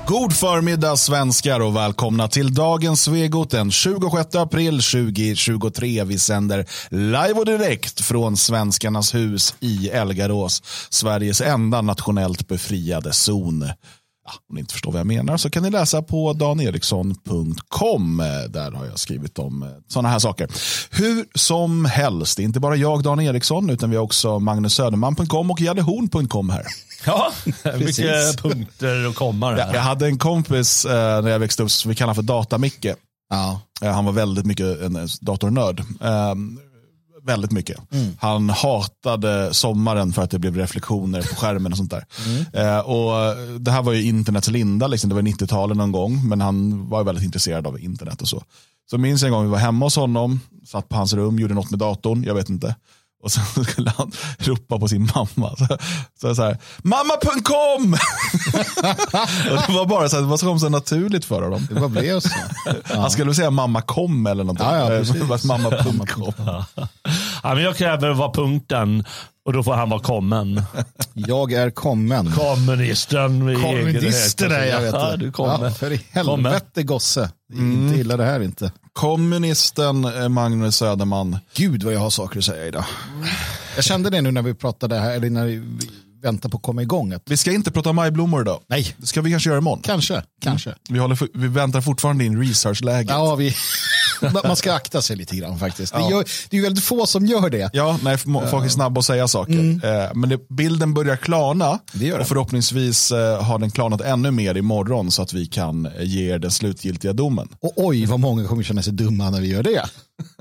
God förmiddag svenskar och välkomna till dagens Svegot den 26 april 2023. Vi sänder live och direkt från Svenskarnas hus i Elgarås, Sveriges enda nationellt befriade zon. Om ni inte förstår vad jag menar så kan ni läsa på daneriksson.com. Där har jag skrivit om sådana här saker. Hur som helst, det är inte bara jag, Dan Eriksson, utan vi har också magnussöderman.com och jadehorn.com här. Ja, mycket punkter och kommar här. Jag hade en kompis när jag växte upp som vi kallar för Data-Micke. Ja. Han var väldigt mycket en datornörd. Väldigt mycket. Han hatade sommaren för att det blev reflektioner på skärmen och sånt där. Och det här var ju internets linda, liksom. Det var 90-talet någon gång, men han var väldigt intresserad av internet och så. Så minns en gång vi var hemma hos honom, satt på hans rum, gjorde något med datorn, jag vet inte. Och sen skulle han ropa på sin mamma. Så här, mamma.com! Och det var bara så här, det var så naturligt för honom. Det bara blev så. Ja. Han skulle säga mamma.com eller någonting. Mamma.com. Ja, men jag kräver vara punkten och då får han vara kommen. Jag är kommen. Kommunisten. Kommunister är jag, vet ja, du kommer. Ja, för i helvete gosse. Inte illa det här inte. Kommunisten Magnus Söderman. Gud vad jag har saker att säga idag. Jag kände det nu när vi pratade här, eller när vi väntar på att komma igång. Vi ska inte prata majblommor idag. Nej. Det ska vi kanske göra imorgon. Kanske. Vi väntar fortfarande in researchläget. Ja, man ska akta sig lite grann faktiskt. Ja. Det är ju väldigt få som gör det. Ja, nej, folk är snabba att säga saker. Men bilden börjar klarna. Och förhoppningsvis har den klarnat ännu mer imorgon så att vi kan ge den slutgiltiga domen. Och oj, vad många kommer känna sig dumma när vi gör det.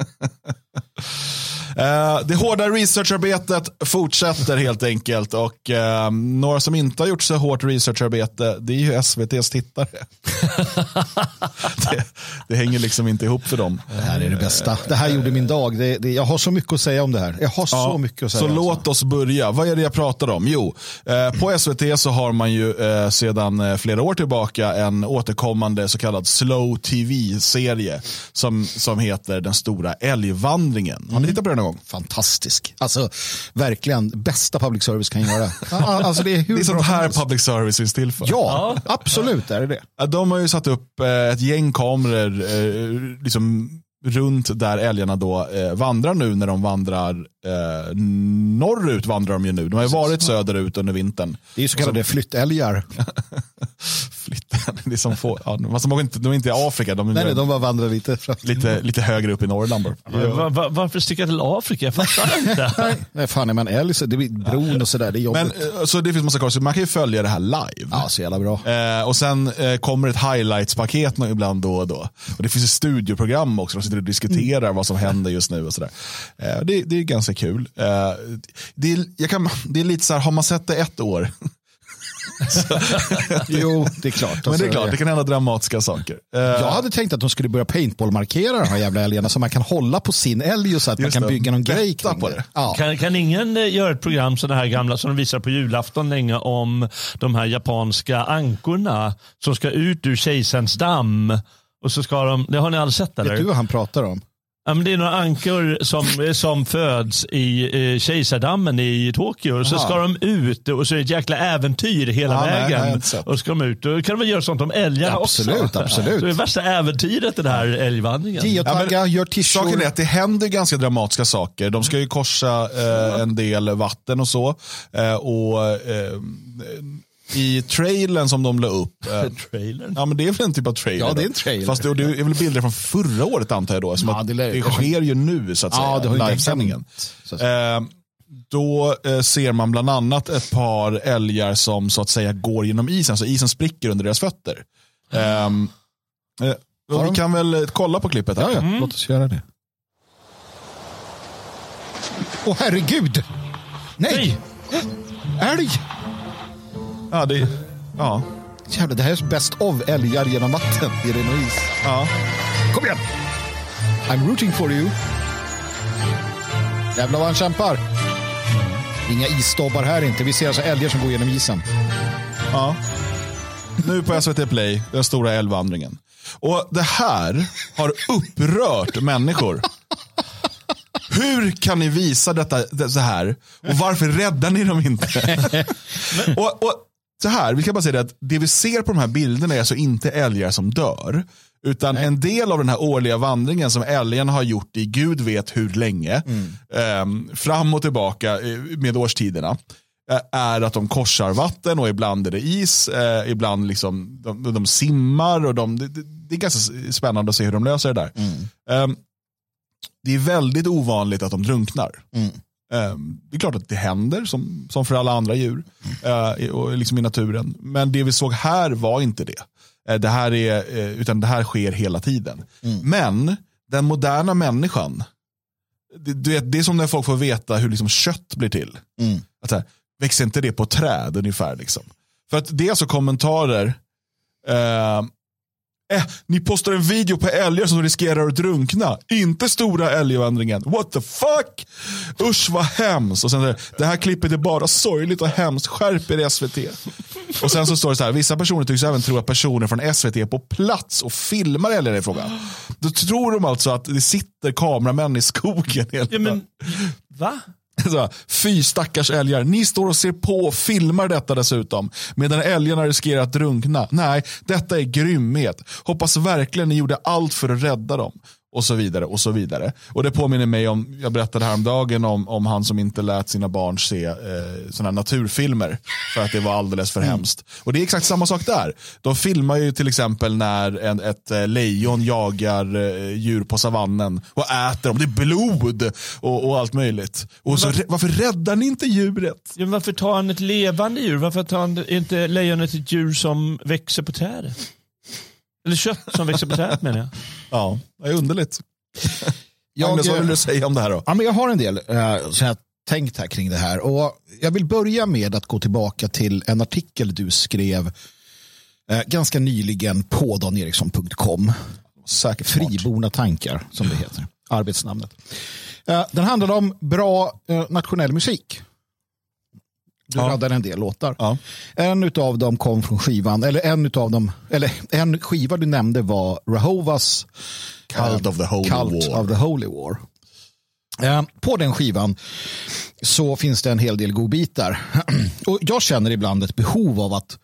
Det hårda researcharbetet fortsätter helt enkelt och några som inte har gjort så hårt researcharbete, det är ju SVT:s tittare. det hänger liksom inte ihop för dem. Det här är det bästa. Det här gjorde min dag. Jag har så mycket att säga om det här. Jag har så mycket att säga. Så låt oss börja. Vad är det jag pratar om? Jo, på SVT så har man ju sedan flera år tillbaka en återkommande så kallad slow tv-serie som heter Den stora älgvandringen. Har ni tittat på den någon gång? Fantastisk. Alltså, verkligen bästa public service kan göra. Alltså, det är sånt här public service finns till för. Ja, absolut är det. De har ju satt upp ett gäng kameror liksom runt där älgarna då vandrar nu när de vandrar norrut vandrar de ju nu. De har ju varit söderut under vintern. Det är ju så kallade flyttälgar. Det är som få, ja, de är inte i Afrika. De bara vandrar lite högre upp i Norrland. Varför sticka till Afrika? Jag fattar inte. Nej, fan är man älg så det blir bron och sådär. Det är jobbigt. Men, så det finns massa kvar, så man kan ju följa det här live. Ja, så jävla bra. Och sen kommer ett highlights-paket ibland då och då. Och det finns ett studioprogram också. De sitter och diskuterar vad som händer just nu och sådär. Det är ganska kul. Det är lite så här, har man sett det ett år? Jo, det är klart. Men det är klart, det kan hända dramatiska saker. Jag hade tänkt att de skulle börja paintball-markera de här jävla älgarna så man kan hålla på sin älg och så att man kan bygga någon grej kring på det. Ja. Kan ingen göra ett program så det här gamla som de visar på julafton länge om de här japanska ankorna som ska ut ur Kejsarens damm och så ska de, det har ni aldrig sett eller? Vet du vad han pratar om? Ja, men det är några ankor som föds i Kejsardammen i Tokyo. Så ska de ut och så är det ett jäkla äventyr hela vägen. Och ska de ut. Och kan de väl göra sånt om älgarna absolut, också? Absolut. Så det är värsta äventyret den här älgvandringen. Gör t-shirt. Saken är att det händer ganska dramatiska saker. De ska ju korsa en del vatten och så. I trailern som de la upp. Ja, men det är väl en typ av trailer. Ja, det är en trailer. Fast det är väl bilder från förra året antar jag då. Som att det sker ju nu så att säga. Ja, det har ju livesändningen. Då ser man bland annat ett par älgar som så att säga går genom isen. Så isen spricker under deras fötter. Vi kan väl kolla på klippet här. Ja. Låt oss göra det. Åh, herregud! Nej! Älg! Ja, Jävlar, det här är bäst av älgar genom vatten i den och is. Ja. Kom igen! I'm rooting for you. Jävlar vad han kämpar. Inga isstobbar här inte. Vi ser alltså älgar som går genom isen. Ja. Nu på SVT Play, den stora älgvandringen. Och det här har upprört människor. Hur kan ni visa detta så här? Och varför räddar ni dem inte? och så här, vi kan bara säga att det vi ser på de här bilderna är alltså inte älgar som dör. Utan en del av den här årliga vandringen som älgarna har gjort i Gud vet hur länge, fram och tillbaka med årstiderna, är att de korsar vatten och ibland är det is, ibland liksom de simmar och det är ganska spännande att se hur de löser det där. Det är väldigt ovanligt att de drunknar. Det är klart att det händer som för alla andra djur och liksom i naturen. Men det vi såg här var inte det. Det här utan det här sker hela tiden. Men den moderna människan, det är som när folk får veta hur liksom kött blir till. Att här, växer inte det på träd ungefär liksom. För att det är alltså kommentarer. Ni postar en video på älgar som riskerar att drunkna. Inte stora älgvandringen. What the fuck? Usch vad hemskt. Och sen det här klippet är bara sorgligt och hemskt. Skärp er SVT. Och sen så står det så här: vissa personer tycks även tro att personer från SVT är på plats och filmar älgar i frågan. Då tror de alltså att det sitter kameramän i skogen hela. Ja, men va? Så, fy stackars älgar, ni står och ser på och filmar detta dessutom, medan älgarna riskerar att drunkna. Nej, detta är grymhet. Hoppas verkligen ni gjorde allt för att rädda dem. Och så vidare och så vidare. Och det påminner mig om, jag berättade häromdagen om han som inte lät sina barn se såna naturfilmer för att det var alldeles för hemskt. Och det är exakt samma sak där. De filmar ju till exempel när ett lejon jagar djur på savannen och äter dem. Det är blod och allt möjligt. Och så, varför räddar ni inte djuret? Ja, varför tar han ett levande djur? Varför tar han inte lejonet ett djur som växer på trädet? Eller kött som växer på trädet, menar jag. Ja, det är underligt. Magnus, vad vill du säga om det här då? Ja, men jag har en del så jag tänkt här kring det här. Och jag vill börja med att gå tillbaka till en artikel du skrev ganska nyligen på daneriksson.com. Friborna tankar, som det heter. Arbetsnamnet. Den handlar om bra nationell musik. Du raddade en del låtar. Ja. En utav dem kom från skivan, en skiva du nämnde var Rahovas Cult of the Holy War. På den skivan så finns det en hel del godbitar. Och jag känner ibland ett behov av att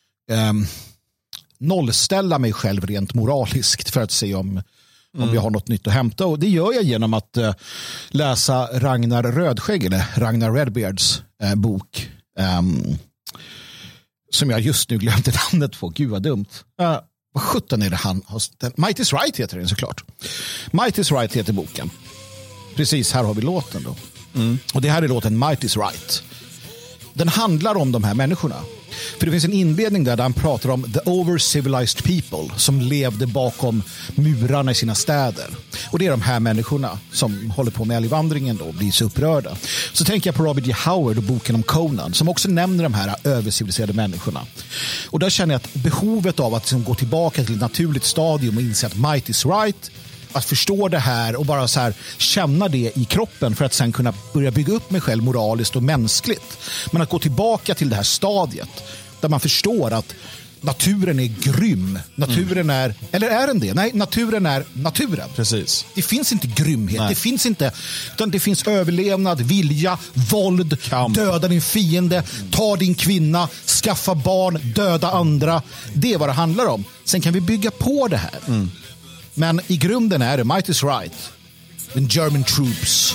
nollställa mig själv rent moraliskt för att se om jag har något nytt att hämta. Och det gör jag genom att läsa Ragnar Rödskägg, eller Ragnar Redbeards bok, som jag just nu glömde namnet på. Gud vad dumt. Vad 17 är det han har? Might is Right heter den såklart. Might is Right heter boken. Precis, här har vi låten då. Och det här är låten Might is Right. Den handlar om de här människorna. För det finns en inledning där han pratar om the over-civilized people som levde bakom murarna i sina städer. Och det är de här människorna som håller på med älgvandringen då och blir så upprörda. Så tänker jag på Robert J. Howard och boken om Conan som också nämner de här överciviliserade människorna. Och där känner jag att behovet av att liksom gå tillbaka till ett naturligt stadium och inse att might is right, att förstå det här och bara så här känna det i kroppen för att sen kunna börja bygga upp mig själv moraliskt och mänskligt. Men att gå tillbaka till det här stadiet där man förstår att naturen är grym. Naturen är, eller är den det? Nej, naturen är naturen. Precis. Det finns inte grymhet. Nej. Det finns inte, utan det finns överlevnad, vilja, våld, kamp. Döda din fiende, ta din kvinna, skaffa barn, döda andra. Det är vad det handlar om. Sen kan vi bygga på det här. Men i grunden är det might is right. The German troops.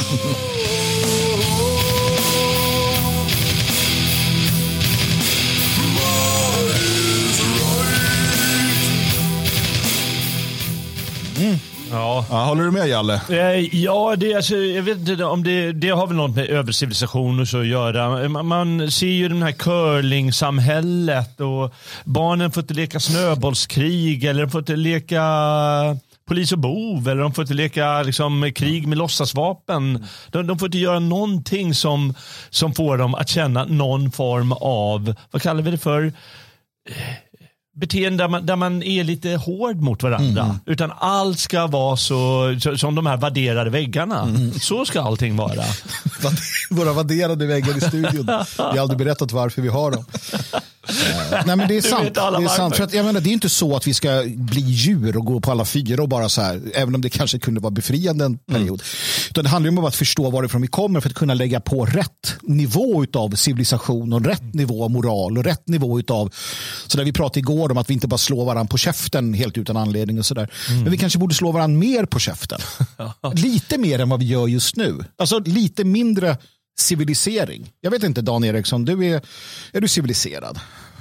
Ja, håller du med, Jalle? Ja, jag vet inte om det har väl något med övercivilisation och så att göra. Man ser ju det här curling-samhället och barnen får inte leka snöbollskrig eller de får inte leka polis och bov eller de får inte leka liksom, krig med låtsasvapen. De får inte göra någonting som får dem att känna någon form av, vad kallar vi det för? Beteende där man är lite hård mot varandra. Utan allt ska vara så som de här vadderade väggarna. Så ska allting vara. Våra vadderade väggar i studion. Vi har aldrig berättat varför vi har dem. Nej, men det är sant. Det är sant. För att, jag menar, det är inte så att vi ska bli djur och gå på alla fyra och bara så här, även om det kanske kunde vara befriande en period. Utan det handlar ju om att förstå varifrån vi kommer för att kunna lägga på rätt nivå av civilisation och rätt nivå av moral och rätt nivå av, så där vi pratade igår om att vi inte bara slår varandra på käften helt utan anledning och sådär. Men vi kanske borde slå varandra mer på käften. Lite mer än vad vi gör just nu. Alltså lite mindre civilisering. Jag vet inte, Dan Eriksson, är du civiliserad?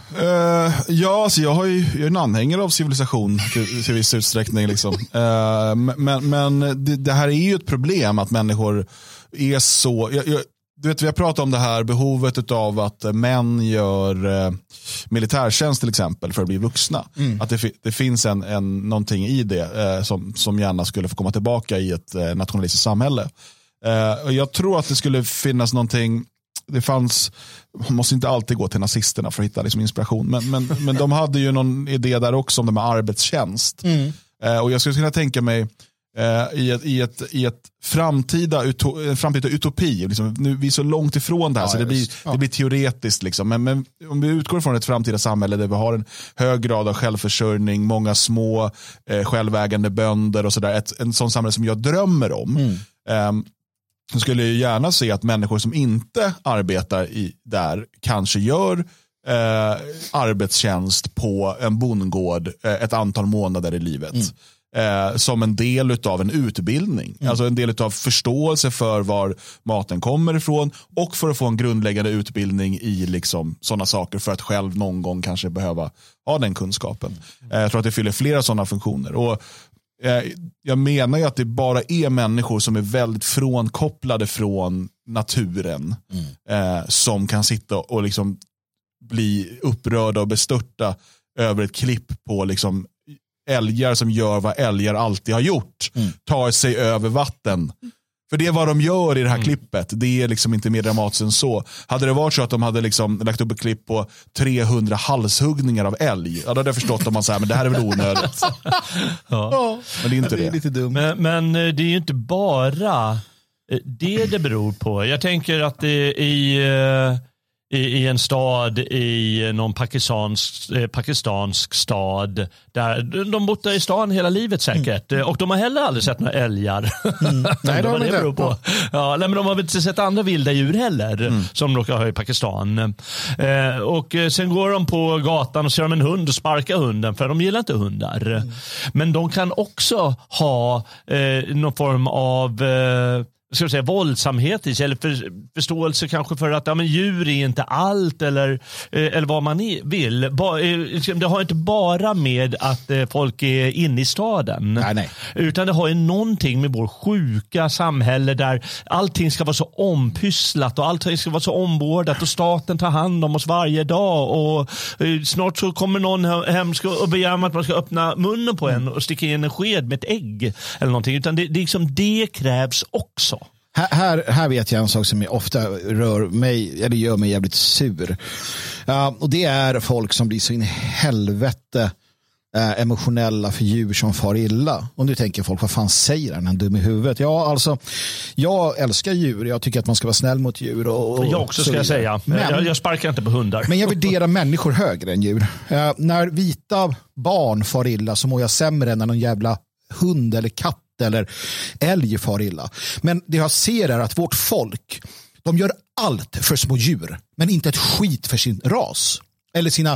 Ja, alltså jag är en anhängare av civilisation till viss utsträckning. Liksom. Men det här är ju ett problem att människor är så... Du vet, vi har pratat om det här behovet av att män gör militärtjänst till exempel för att bli vuxna. Att det finns någonting i det som gärna skulle få komma tillbaka i ett nationalistiskt samhälle. Jag tror att det skulle finnas någonting. Man måste inte alltid gå till nazisterna för att hitta liksom inspiration. Men de hade ju någon idé där också om det med arbetstjänst. Och jag skulle kunna tänka mig i ett framtida utopi. Liksom, nu, vi är så långt ifrån det här så det blir teoretiskt. Liksom. Men om vi utgår från ett framtida samhälle där vi har en hög grad av självförsörjning, många små självägande bönder och sådär. En sån samhälle som jag drömmer om. Så skulle jag gärna se att människor som inte arbetar där kanske gör arbetstjänst på en bondgård ett antal månader i livet. Som en del av en utbildning. Alltså en del av förståelse för var maten kommer ifrån och för att få en grundläggande utbildning i liksom sådana saker för att själv någon gång kanske behöva ha den kunskapen. Jag tror att det fyller flera sådana funktioner. Och jag menar ju att det bara är människor som är väldigt frånkopplade från naturen som kan sitta och liksom bli upprörda och bestörta över ett klipp på liksom älgar som gör vad älgar alltid har gjort. Tar sig över vatten. För det är vad de gör i det här klippet. Det är liksom inte mer dramatiskt än så. Hade det varit så att de hade liksom lagt upp ett klipp på 300 halshuggningar av älg, då hade jag förstått om man säger men det här är väl onödigt. Men det är inte det. Lite dumt. Men det är ju inte bara det beror på. Jag tänker att det i en stad i någon pakistansk stad där de bott i stan hela livet säkert och de har heller aldrig sett några älgar. Nej, det beror på. Ja, men de har väl inte sett andra vilda djur heller som de råkar ha i Pakistan. Och sen går de på gatan och ser de en hund och sparkar hunden för de gillar inte hundar. Men de kan också ha någon form av ska jag säga, våldsamhet i sig, eller förståelse kanske för att men djur är inte allt eller vad man vill. Det har inte bara med att folk är inne i staden. Nej. Utan det har ju någonting med vår sjuka samhälle där allting ska vara så ompysslat och allting ska vara så omvårdat och staten tar hand om oss varje dag och snart så kommer någon hem och begär att man ska öppna munnen på en och sticka in en sked med ett ägg eller någonting. Utan det krävs också. Här vet jag en sak som ofta rör mig, eller gör mig jävligt sur. Och det är folk som blir så in i helvete emotionella för djur som far illa. Och nu tänker folk, vad fan säger han dum i huvudet? Ja, alltså, jag älskar djur. Jag tycker att man ska vara snäll mot djur. Jag också ska jag säga. Men, jag sparkar inte på hundar. Men jag värderar människor högre än djur. När vita barn far illa så mår jag sämre än när någon jävla hund eller katt eller älg far illa. Men det jag ser är att vårt folk, de gör allt för små djur, men inte ett skit för sin ras. Eller sina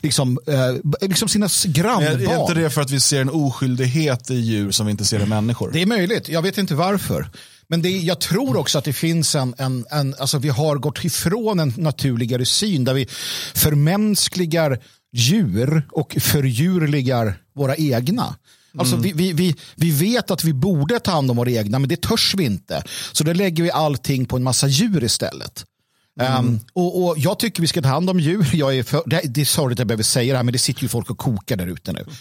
sina grannbarn. Är inte det för att vi ser en oskyldighet i djur som vi inte ser i människor? Det är möjligt, jag vet inte varför. Men jag tror också att det finns alltså vi har gått ifrån en naturligare syn där vi förmänskligar djur och fördjurligar våra egna. Alltså vi vet att vi borde ta hand om våra egna, men det törs vi inte. Så då lägger vi allting på en massa djur istället. Och jag tycker vi ska ta hand om djur. Det är sorgligt att jag behöver säga det här, men det sitter ju folk och kokar där ute nu.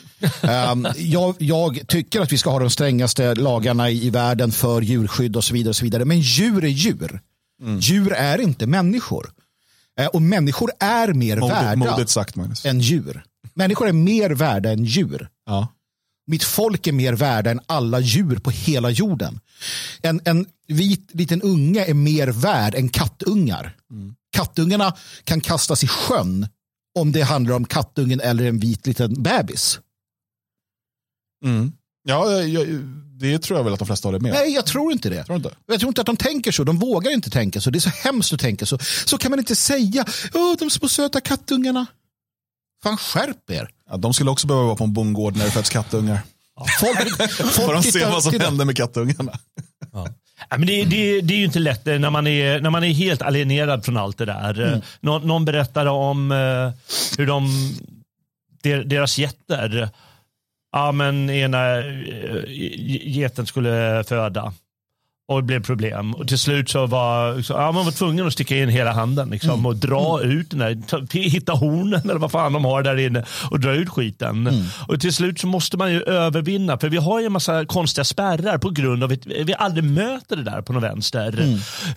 Jag tycker att vi ska ha de strängaste lagarna i världen för djurskydd och så vidare och så vidare. Men djur är djur. Djur är inte människor. Och människor är mer värda än djur. Människor är mer värda än djur. Ja. Mitt folk är mer värda än alla djur på hela jorden. En vit liten unge är mer värd än kattungar. Kattungarna kan kastas i sjön om det handlar om kattungen eller en vit liten bebis. Ja, det tror jag väl att de flesta håller med. Nej, jag tror inte det. Jag tror inte att de tänker så. De vågar inte tänka så. Det är så hemskt att tänka så. Så kan man inte säga. De små söta kattungarna. Fan, skärp er. Ja, de skulle också behöva vara på en bondgård när det föds kattungar. Får de se vad som händer med kattungarna. Ja. Men det är ju inte lätt när man är helt alienerad från allt det där. Någon berättade om hur deras getter, men ena geten skulle föda och det blev problem. Och till slut så man var tvungen att sticka in hela handen liksom, och dra ut den där, hitta hornen eller vad fan de har där inne och dra ut skiten. Och till slut så måste man ju övervinna, för vi har ju en massa konstiga spärrar på grund av att vi aldrig möter det där på någon vänster.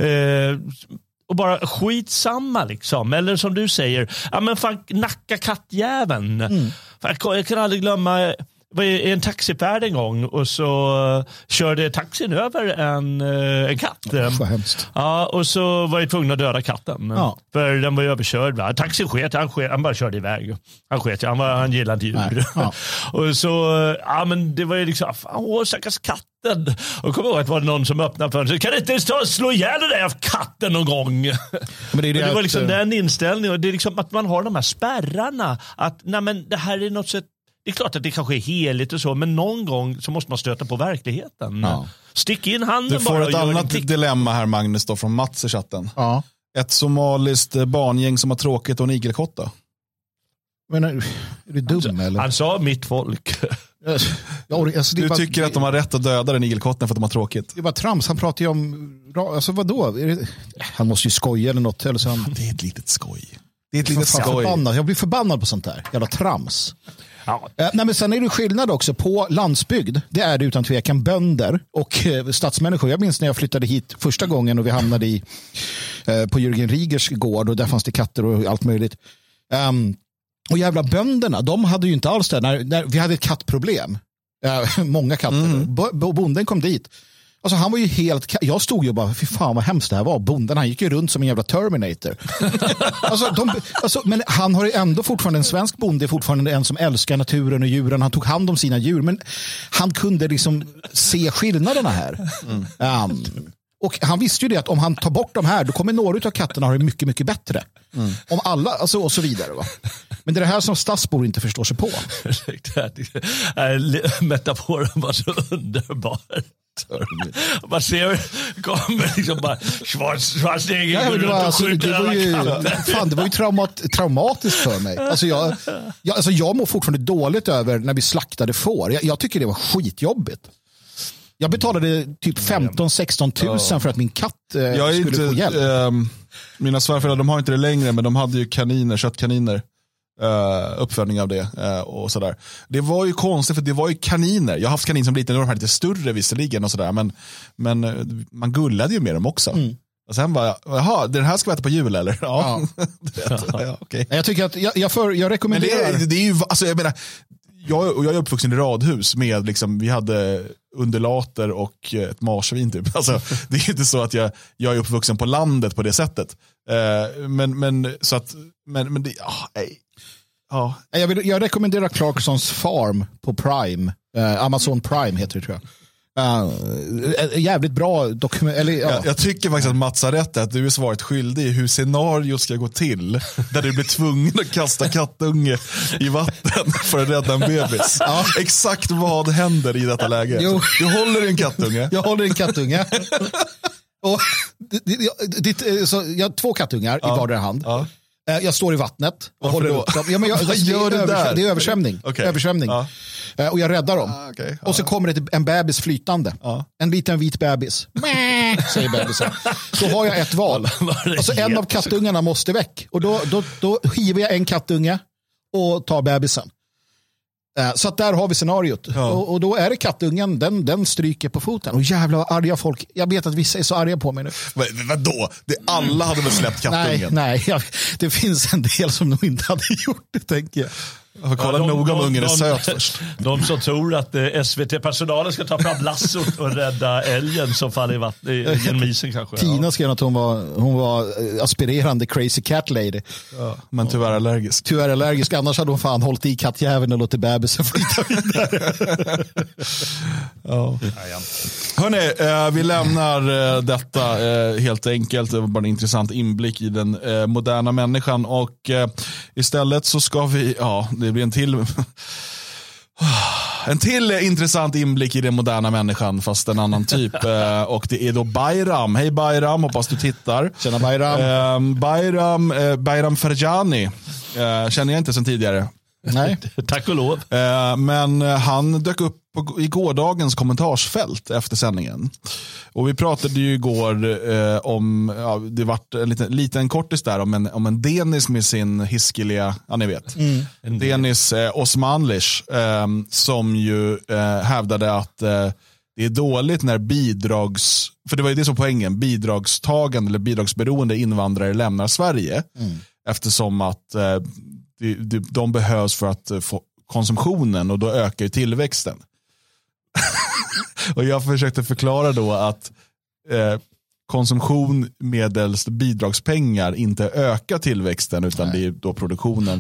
Och bara skitsamma liksom. Eller som du säger, men fan, nacka kattjäveln. Jag kan aldrig glömma, var i en taxifärd en gång och så körde taxin över en katt. Ja, och så var jag tvungen att döda katten. Ja. För den var överkörd. Va? Taxin sket, han bara körde iväg. Han gillade inte djur. Ja. Och så, men det var ju liksom, stackars katten. Och kom ihåg att det var någon som öppnade fönstret. Kan inte slå ihjäl den där katten någon gång? Men det var liksom den inställningen. Och det är liksom att man har de här spärrarna. Att det här är något sätt. Det är klart att det kanske är heligt och så, men någon gång så måste man stöta på verkligheten. Ja. Stick in handen. Du får bara ett annat dilemma här, Magnus, då, från Mats i chatten. Ja. Ett somaliskt barngäng som har tråkigt och en igelkotta. Men är du dum eller? Han sa mitt folk. Du tycker att de har rätt att döda den igelkotten för att de har tråkigt? Det var trams, han pratar ju om, alltså vadå? Han måste ju skoja eller något. Eller så han... Det är ett litet skoj. Det är ett litet skoj. Jag blir förbannad på sånt där. Jävla trams. Ja. Men sen är det skillnad också på landsbygd. Det är det utan tvekan bönder och stadsmänniskor. Jag minns när jag flyttade hit första gången och vi hamnade på Jürgen Rigers gård och där fanns det katter och allt möjligt. Och jävla bönderna, de hade ju inte alls det. När vi hade ett kattproblem. Många katter. Bonden kom dit. Alltså han var ju helt... Jag stod ju bara, fy fan vad hemskt det här var. Bonden, han gick ju runt som en jävla Terminator. Men han har ju ändå fortfarande en svensk bonde, fortfarande en som älskar naturen och djuren. Han tog hand om sina djur, men han kunde liksom se skillnaderna här. Och han visste ju det att om han tar bort de här, då kommer några av katterna ha det mycket, mycket bättre. Om alla, alltså, och så vidare. Va? Men det är det här som stadsbor inte förstår sig på. Metaforen var så underbar. Man ser, kommer liksom bara Schwarzenegger går runt och skjuter alla katter. Det var ju traumatiskt för mig. Alltså jag mår fortfarande dåligt över när vi slaktade får. Jag tycker det var skitjobbigt. Jag betalade typ 15-16 000 för att min katt skulle få hjälp. Mina svärföräldrar, de har inte det längre, men de hade ju köttkaniner. Uppfödning av det och sådär. Det var ju konstigt för det var ju kaniner. Jag har haft kanin som liten, de här lite större visserligen och sådär, men man gullade ju med dem också. Och sen bara, jaha, den här ska vi äta på jul eller? Ja. Okay. Jag tycker att jag rekommenderar. Men det är ju, alltså jag menar, jag är uppvuxen i radhus med liksom, vi hade undulater och ett marsvin typ. Alltså, det är inte så att jag är uppvuxen på landet på det sättet. Men det, ja. Jag rekommenderar Clarksons Farm på Prime. Amazon Prime heter det, tror jag. Jävligt bra dokument. Jag tycker faktiskt att Mats har rätt, att du är svaret skyldig i hur scenariot ska gå till där du blir tvungen att kasta kattunge i vatten för att rädda en bebis. Exakt vad händer i detta läge? Jo. Du håller en kattunge. Jag håller en kattunge. Och jag har 2 kattungar i vardera hand. Jag står i vattnet och håller upp dem. Vad gör du där? Det är översvämning. Okay. Översvämning. Och jag räddar dem. Och så kommer det en bebis flytande. En liten vit bebis. Säger bebisen. Så har jag ett val. Alltså en av kattungarna måste väck. Och då hivar jag en kattunge och tar bebisen. Så att där har vi scenariot. Och då är det kattungen, den stryker på foten. Och jävla arga folk. Jag vet att vissa är så arga på mig nu. Vadå? Alla hade väl släppt kattungen? Nej, det finns en del som nog inte hade gjort det, tänker jag. Jag får kolla noga om ungen är söt först. De som tror att SVT-personalen ska ta fram lassot och rädda älgen som faller genom isen kanske. Tina skrev att hon var aspirerande crazy cat lady. Ja, men tyvärr allergisk. Tyvärr allergisk, annars hade hon fan hållit i kattjäveln och låtit bebisen flytta vidare. Ja. Hörrni, vi lämnar detta helt enkelt. Det var bara en intressant inblick i den moderna människan och istället så ska vi, det blir en till intressant inblick i den moderna människan fast en annan typ och det är då Bayram. Hej Bayram, hoppas du tittar. Tjena Bayram. Bayram Ferjani känner jag inte sedan tidigare. Nej. Tack och lov. Men han dök upp i gårdagens kommentarsfält efter sändningen. Och vi pratade ju igår om, det vart en liten kortis där om en Denis med sin hiskeliga, ni vet. Denis Osmanlish som ju hävdade att det är dåligt när för det var ju det som poängen, bidragstagande eller bidragsberoende invandrare lämnar Sverige. Eftersom att de behövs för att få konsumtionen och då ökar ju tillväxten. Och jag försökte förklara då att konsumtion medelst bidragspengar inte ökar tillväxten utan det är då produktionen.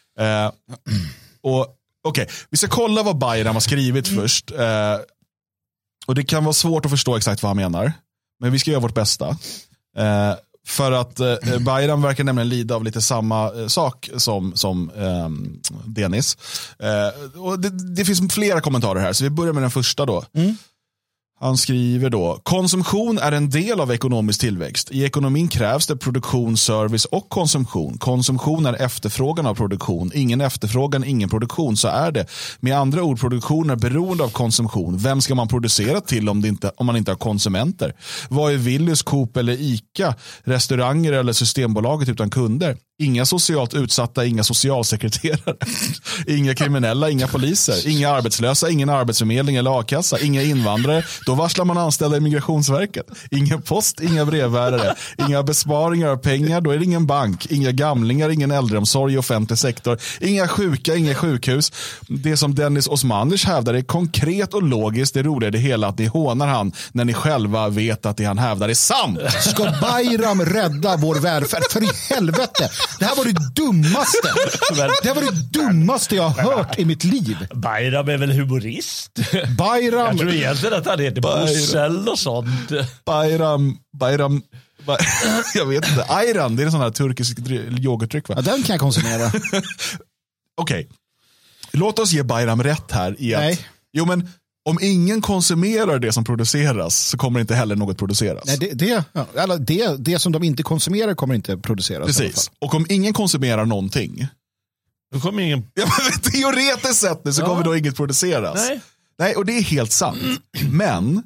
Okej, vi ska kolla vad Bayram har skrivit först. Och det kan vara svårt att förstå exakt vad han menar. Men vi ska göra vårt bästa. För att Bayram verkar nämligen lida av lite samma sak som Denis. Och det finns flera kommentarer här, så vi börjar med den första då. Han skriver då: konsumtion är en del av ekonomisk tillväxt. I ekonomin krävs det produktion, service och konsumtion. Konsumtion är efterfrågan av produktion. Ingen efterfrågan, ingen produktion, så är det. Med andra ord, produktion är beroende av konsumtion. Vem ska man producera till om man inte har konsumenter? Vad är Willys, Coop eller Ica, restauranger eller Systembolaget utan kunder? Inga socialt utsatta, inga socialsekreterare. Inga kriminella, inga poliser. Inga arbetslösa, ingen arbetsförmedling eller a-kassa. Inga invandrare, då varslar man anställda i Migrationsverket. Ingen post, inga brevbärare. Inga besparingar av pengar, då är det ingen bank. Inga gamlingar, ingen äldreomsorg i offentlig sektor. Inga sjuka, inga sjukhus. Det som Denis Osmanlish hävdar är konkret och logiskt. Det roliga är det hela att ni hånar han när ni själva vet att det han hävdar är sant. Ska Bayram rädda vår välfärd? För i helvete! Det här var det dummaste. Det här var det dummaste jag har hört i mitt liv. Bayram är väl humorist? Bayram. Jag tror egentligen att han heter Bussel och sånt. Bayram. Jag vet inte. Ayran, det är en sån här turkisk yoghurtdryck, va? Ja, den kan jag konsumera. Okej. Låt oss ge Bayram rätt här i att... Nej. Jo, men om ingen konsumerar det som produceras så kommer inte heller något produceras. Nej, det som de inte konsumerar kommer inte produceras. Precis. Och om ingen konsumerar någonting, då kommer ingen... Ja, men teoretiskt sett så kommer då inget produceras. Nej, och det är helt sant. Men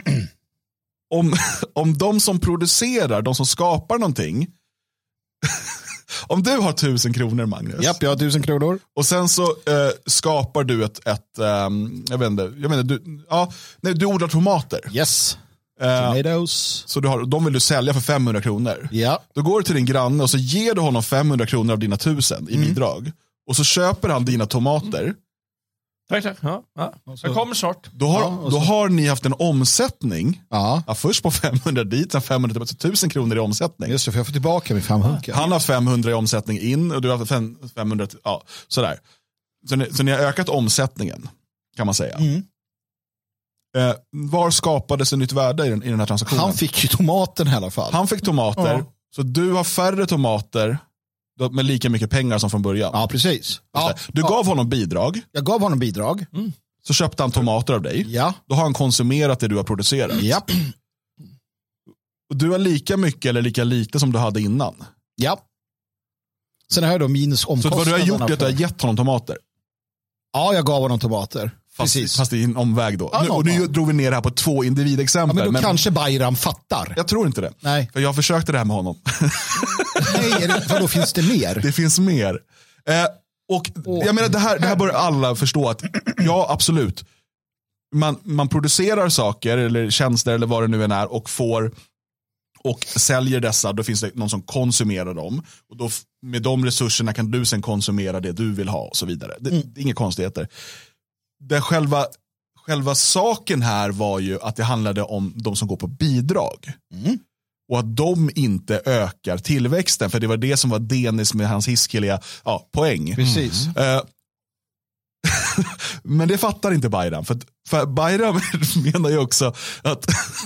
om de som producerar, de som skapar någonting, om du har 1000 kronor, Magnus. Japp, jag har 1000 kronor. Och sen så skapar du jag vet inte, du odlar tomater. Yes. Tomatoes. Så de vill du sälja för 500 kronor. Ja. Då går du till din granne och så ger du honom 500 kronor av dina 1000 i bidrag. Och så köper han dina tomater. Tack. Ja. Jag kommer snart. Då har ni haft en omsättning. Ja. Först på 500 dit, sen 500 till 1000 kronor i omsättning. Just det, för jag får tillbaka med 500. Han har 500 i omsättning in och du har 500, sådär. Så ni har ökat omsättningen, kan man säga. Var skapades ett nytt värde i den här transaktionen? Han fick ju tomaten i alla fall. Han fick tomater, så du har färre tomater med lika mycket pengar som från början. Ja, precis. Du gav honom bidrag. Jag gav honom bidrag. Så köpte han tomater av dig. Ja. Då har han konsumerat det du har producerat. Ja. Och du har lika mycket eller lika lite som du hade innan. Ja. Sen har jag då minus omkostnaderna. Så vad du har gjort är att du har gett honom tomater. Ja, jag gav honom tomater. Fast i en omväg då. Och nu drog vi ner det här på 2 individexempel. Ja, men då kanske Bayram fattar. Jag tror inte det. Nej. För jag försökte det här med honom. Nej, för då finns det mer. Det finns mer. Jag menar, det här bör alla förstå att ja, absolut. Man producerar saker eller tjänster eller vad det nu än är och säljer dessa, då finns det någon som konsumerar dem och då med de resurserna kan du sen konsumera det du vill ha och så vidare. Det är inga konstigheter. Det själva saken här var ju att det handlade om de som går på bidrag. Och att de inte ökar tillväxten. För det var det som var Denis med hans hiskeliga poäng. Precis. Men det fattar inte Bayram. För Bayram menar ju också att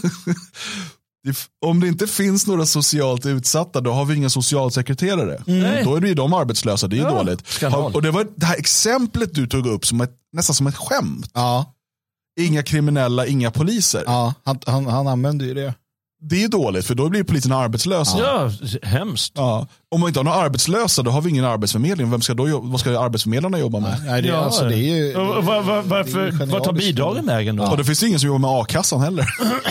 om det inte finns några socialt utsatta, då har vi inga socialsekreterare. Då är det ju de arbetslösa, det är ju dåligt. Och det var det här exemplet du tog upp nästan som ett skämt. Ja. Inga kriminella, inga poliser. Ja, han använder ju det. Det är dåligt, för då blir polisen arbetslösa. Ja, hemskt. Ja. Om man inte har några arbetslösa, då har vi ingen arbetsförmedling. Vad ska arbetsförmedlarna jobba med? Nej, det är ju... Vad tar bidragen vägen då? Och det finns ingen som jobbar med a-kassan heller.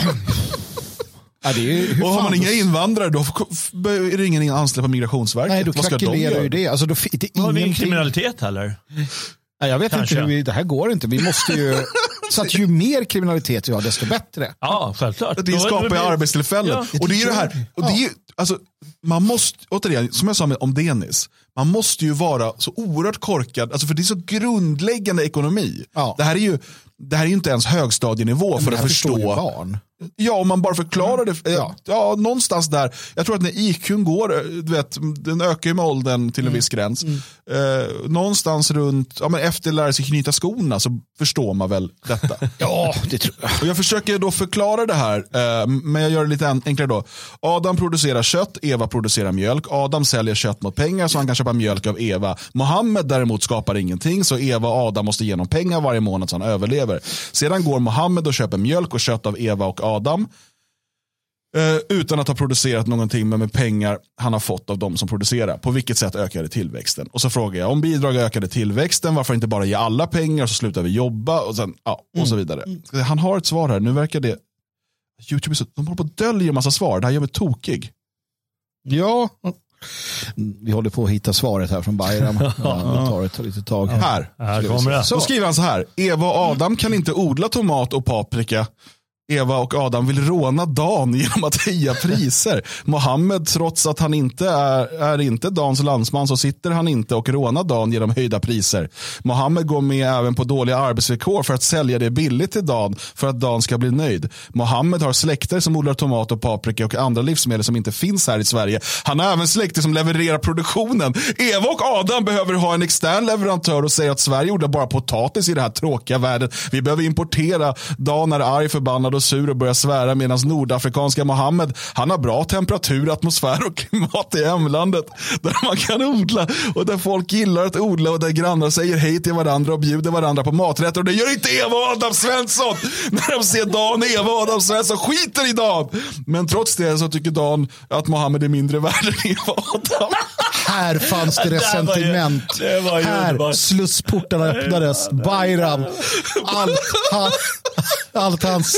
Ja, det är och har man inga invandrare, då är det ingen anställd på Migrationsverket. Nej, då krackelerar ju det. Alltså, det har vi ingen kriminalitet heller? Nej, jag vet inte hur det här går inte. Vi måste ju... Så att ju mer kriminalitet vi har, desto bättre. Ja, självklart. Det skapar ju arbetstillfällen. Ja, och det är ju det här. Och det är ju, alltså, man måste, återigen, som jag sa om Denis, man måste ju vara så oerhört korkad. Alltså, för det är så grundläggande ekonomi. Ja. Det här är ju inte ens högstadienivå för att förstå. Barn. Ja, om man bara förklarar det. Ja, någonstans där. Jag tror att när IQ:n går, du vet, den ökar ju med åldern till en viss gräns. Någonstans runt, efter lära sig knyta skorna, så förstår man väl detta. Ja, det tror jag. Och jag försöker då förklara det här, men jag gör det lite enklare då. Adam producerar kött, Eva producerar mjölk. Adam säljer kött mot pengar, så han kan köpa mjölk av Eva. Mohammed däremot skapar ingenting, så Eva och Adam måste ge honom pengar varje månad så han överlever. Sedan går Mohammed och köper mjölk och kött av Eva och Adam, utan att ha producerat någonting, med pengar han har fått av de som producerar. På vilket sätt ökade tillväxten? Och så frågar jag, om bidrag ökade tillväxten, varför inte bara ge alla pengar, så slutar vi jobba och sen, och så vidare. Han har ett svar här, nu verkar det YouTube, de håller på att dölja en massa svar, det här gör mig tokig. Ja, vi håller på att hitta svaret här från Bayram. Det tar ett litet tag. Här kommer det. Så skriver han så här: Eva och Adam kan inte odla tomat och paprika. Eva och Adam vill råna Dan genom att höja priser. Mohammed, trots att han inte är inte Dans landsman, så sitter han inte och rånar Dan genom höjda priser. Mohammed går med även på dåliga arbetsvillkor för att sälja det billigt till Dan, för att Dan ska bli nöjd. Mohammed har släkter som odlar tomat och paprika och andra livsmedel som inte finns här i Sverige. Han har även släkter som levererar produktionen. Eva och Adam behöver ha en extern leverantör och säger att Sverige odlar bara potatis i det här tråkiga världen. Vi behöver importera. Dan är arg, förbannad och sur och börjar svära, medan nordafrikanska Mohammed, han har bra temperatur, atmosfär och klimat i hemlandet där man kan odla och där folk gillar att odla och där grannar säger hej till varandra och bjuder varandra på maträtter, och det gör inte Eva och Adam Svensson. När de ser Dan, Eva och Adam Svensson skiter i Dan. Men trots det så tycker Dan att Mohammed är mindre värd än Eva och Adam. Här fanns det resentiment. Här slussportarna öppnades. Bayram. Allt hans...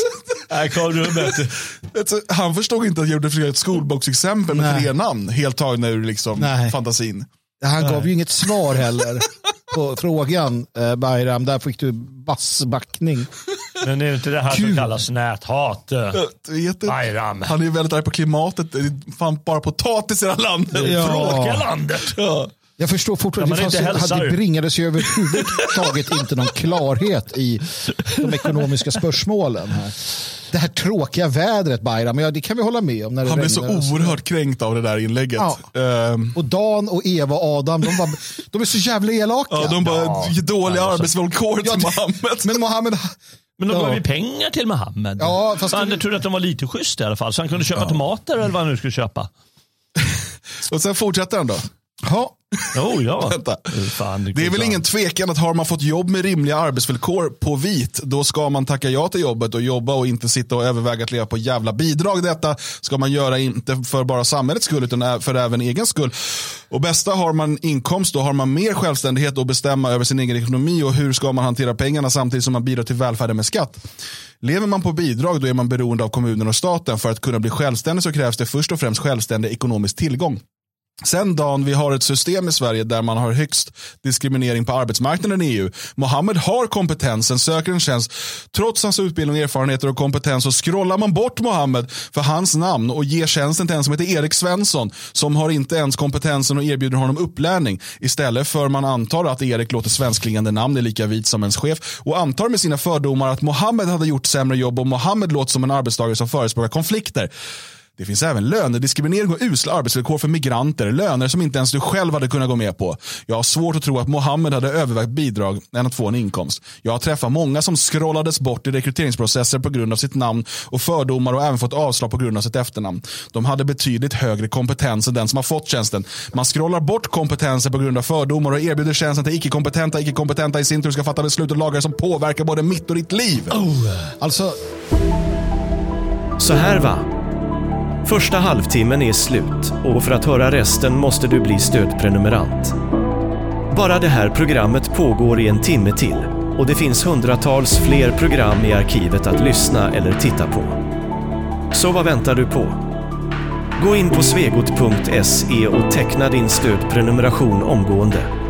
Han förstod inte att jag gjorde ett skolboksexempel med 3 namn. Helt tagna ur liksom fantasin. Han gav ju inget svar heller på frågan, Bayram. Där fick du bassbackning. Men det är inte det här som kallas näthat. Bayram. Han är ju väldigt arg på klimatet. Det är fan bara potatis i det här landet. Tråkiga landet. Ja. Jag förstår fortfarande att det bringades ju överhuvudtaget inte någon klarhet i de ekonomiska spörsmålen här. Det här tråkiga vädret, Bayram, det kan vi hålla med om. När han blev så oerhört kränkt av det där inlägget. Ja. Och Dan och Eva och Adam, de är så jävla elaka. Ja, de bara dåliga arbetsvillkor till Mohammed. Men Mohammed... Men de gav ju pengar till Mohammed. Ja, fast jag trodde att de var lite schysst i alla fall, så han kunde köpa tomater eller vad han nu skulle köpa. Och sen fortsätter han då. Ja. Det är väl ingen tvekan att har man fått jobb med rimliga arbetsvillkor på vit, då ska man tacka ja till jobbet och jobba och inte sitta och överväga att leva på jävla bidrag. Detta ska man göra inte för bara samhällets skull utan för även egen skull. Och bästa, har man inkomst, då har man mer självständighet att bestämma över sin egen ekonomi och hur ska man hantera pengarna samtidigt som man bidrar till välfärden med skatt. Lever man på bidrag, då är man beroende av kommunen och staten. För att kunna bli självständig så krävs det först och främst självständig ekonomisk tillgång. Sen Dan, vi har ett system i Sverige där man har högst diskriminering på arbetsmarknaden i EU. Mohammed har kompetensen, söker en tjänst. Trots hans utbildning, erfarenheter och kompetens så scrollar man bort Mohammed för hans namn och ger tjänsten till en som heter Erik Svensson som har inte ens kompetensen och erbjuder honom upplärning. Istället för man antar att Erik låter svenskklingande namn är lika vit som ens chef och antar med sina fördomar att Mohammed hade gjort sämre jobb och Mohammed låter som en arbetstagare som förespråkar konflikter. Det finns även lönediskriminering och usla arbetsvillkor för migranter, löner som inte ens du själv hade kunnat gå med på. Jag har svårt att tro att Mohammed hade övervägt bidrag än att få en inkomst. Jag har träffat många som scrollades bort i rekryteringsprocesser på grund av sitt namn och fördomar och även fått avslag på grund av sitt efternamn. De hade betydligt högre kompetens än den som har fått tjänsten. Man scrollar bort kompetenser på grund av fördomar och erbjuder tjänsten till icke-kompetenta i sin tur ska fatta beslut och lagar som påverkar både mitt och ditt liv. Alltså... Så här va. Första halvtimmen är slut och för att höra resten måste du bli stödprenumerant. Bara det här programmet pågår i en timme till och det finns hundratals fler program i arkivet att lyssna eller titta på. Så vad väntar du på? Gå in på svegot.se och teckna din stödprenumeration omgående.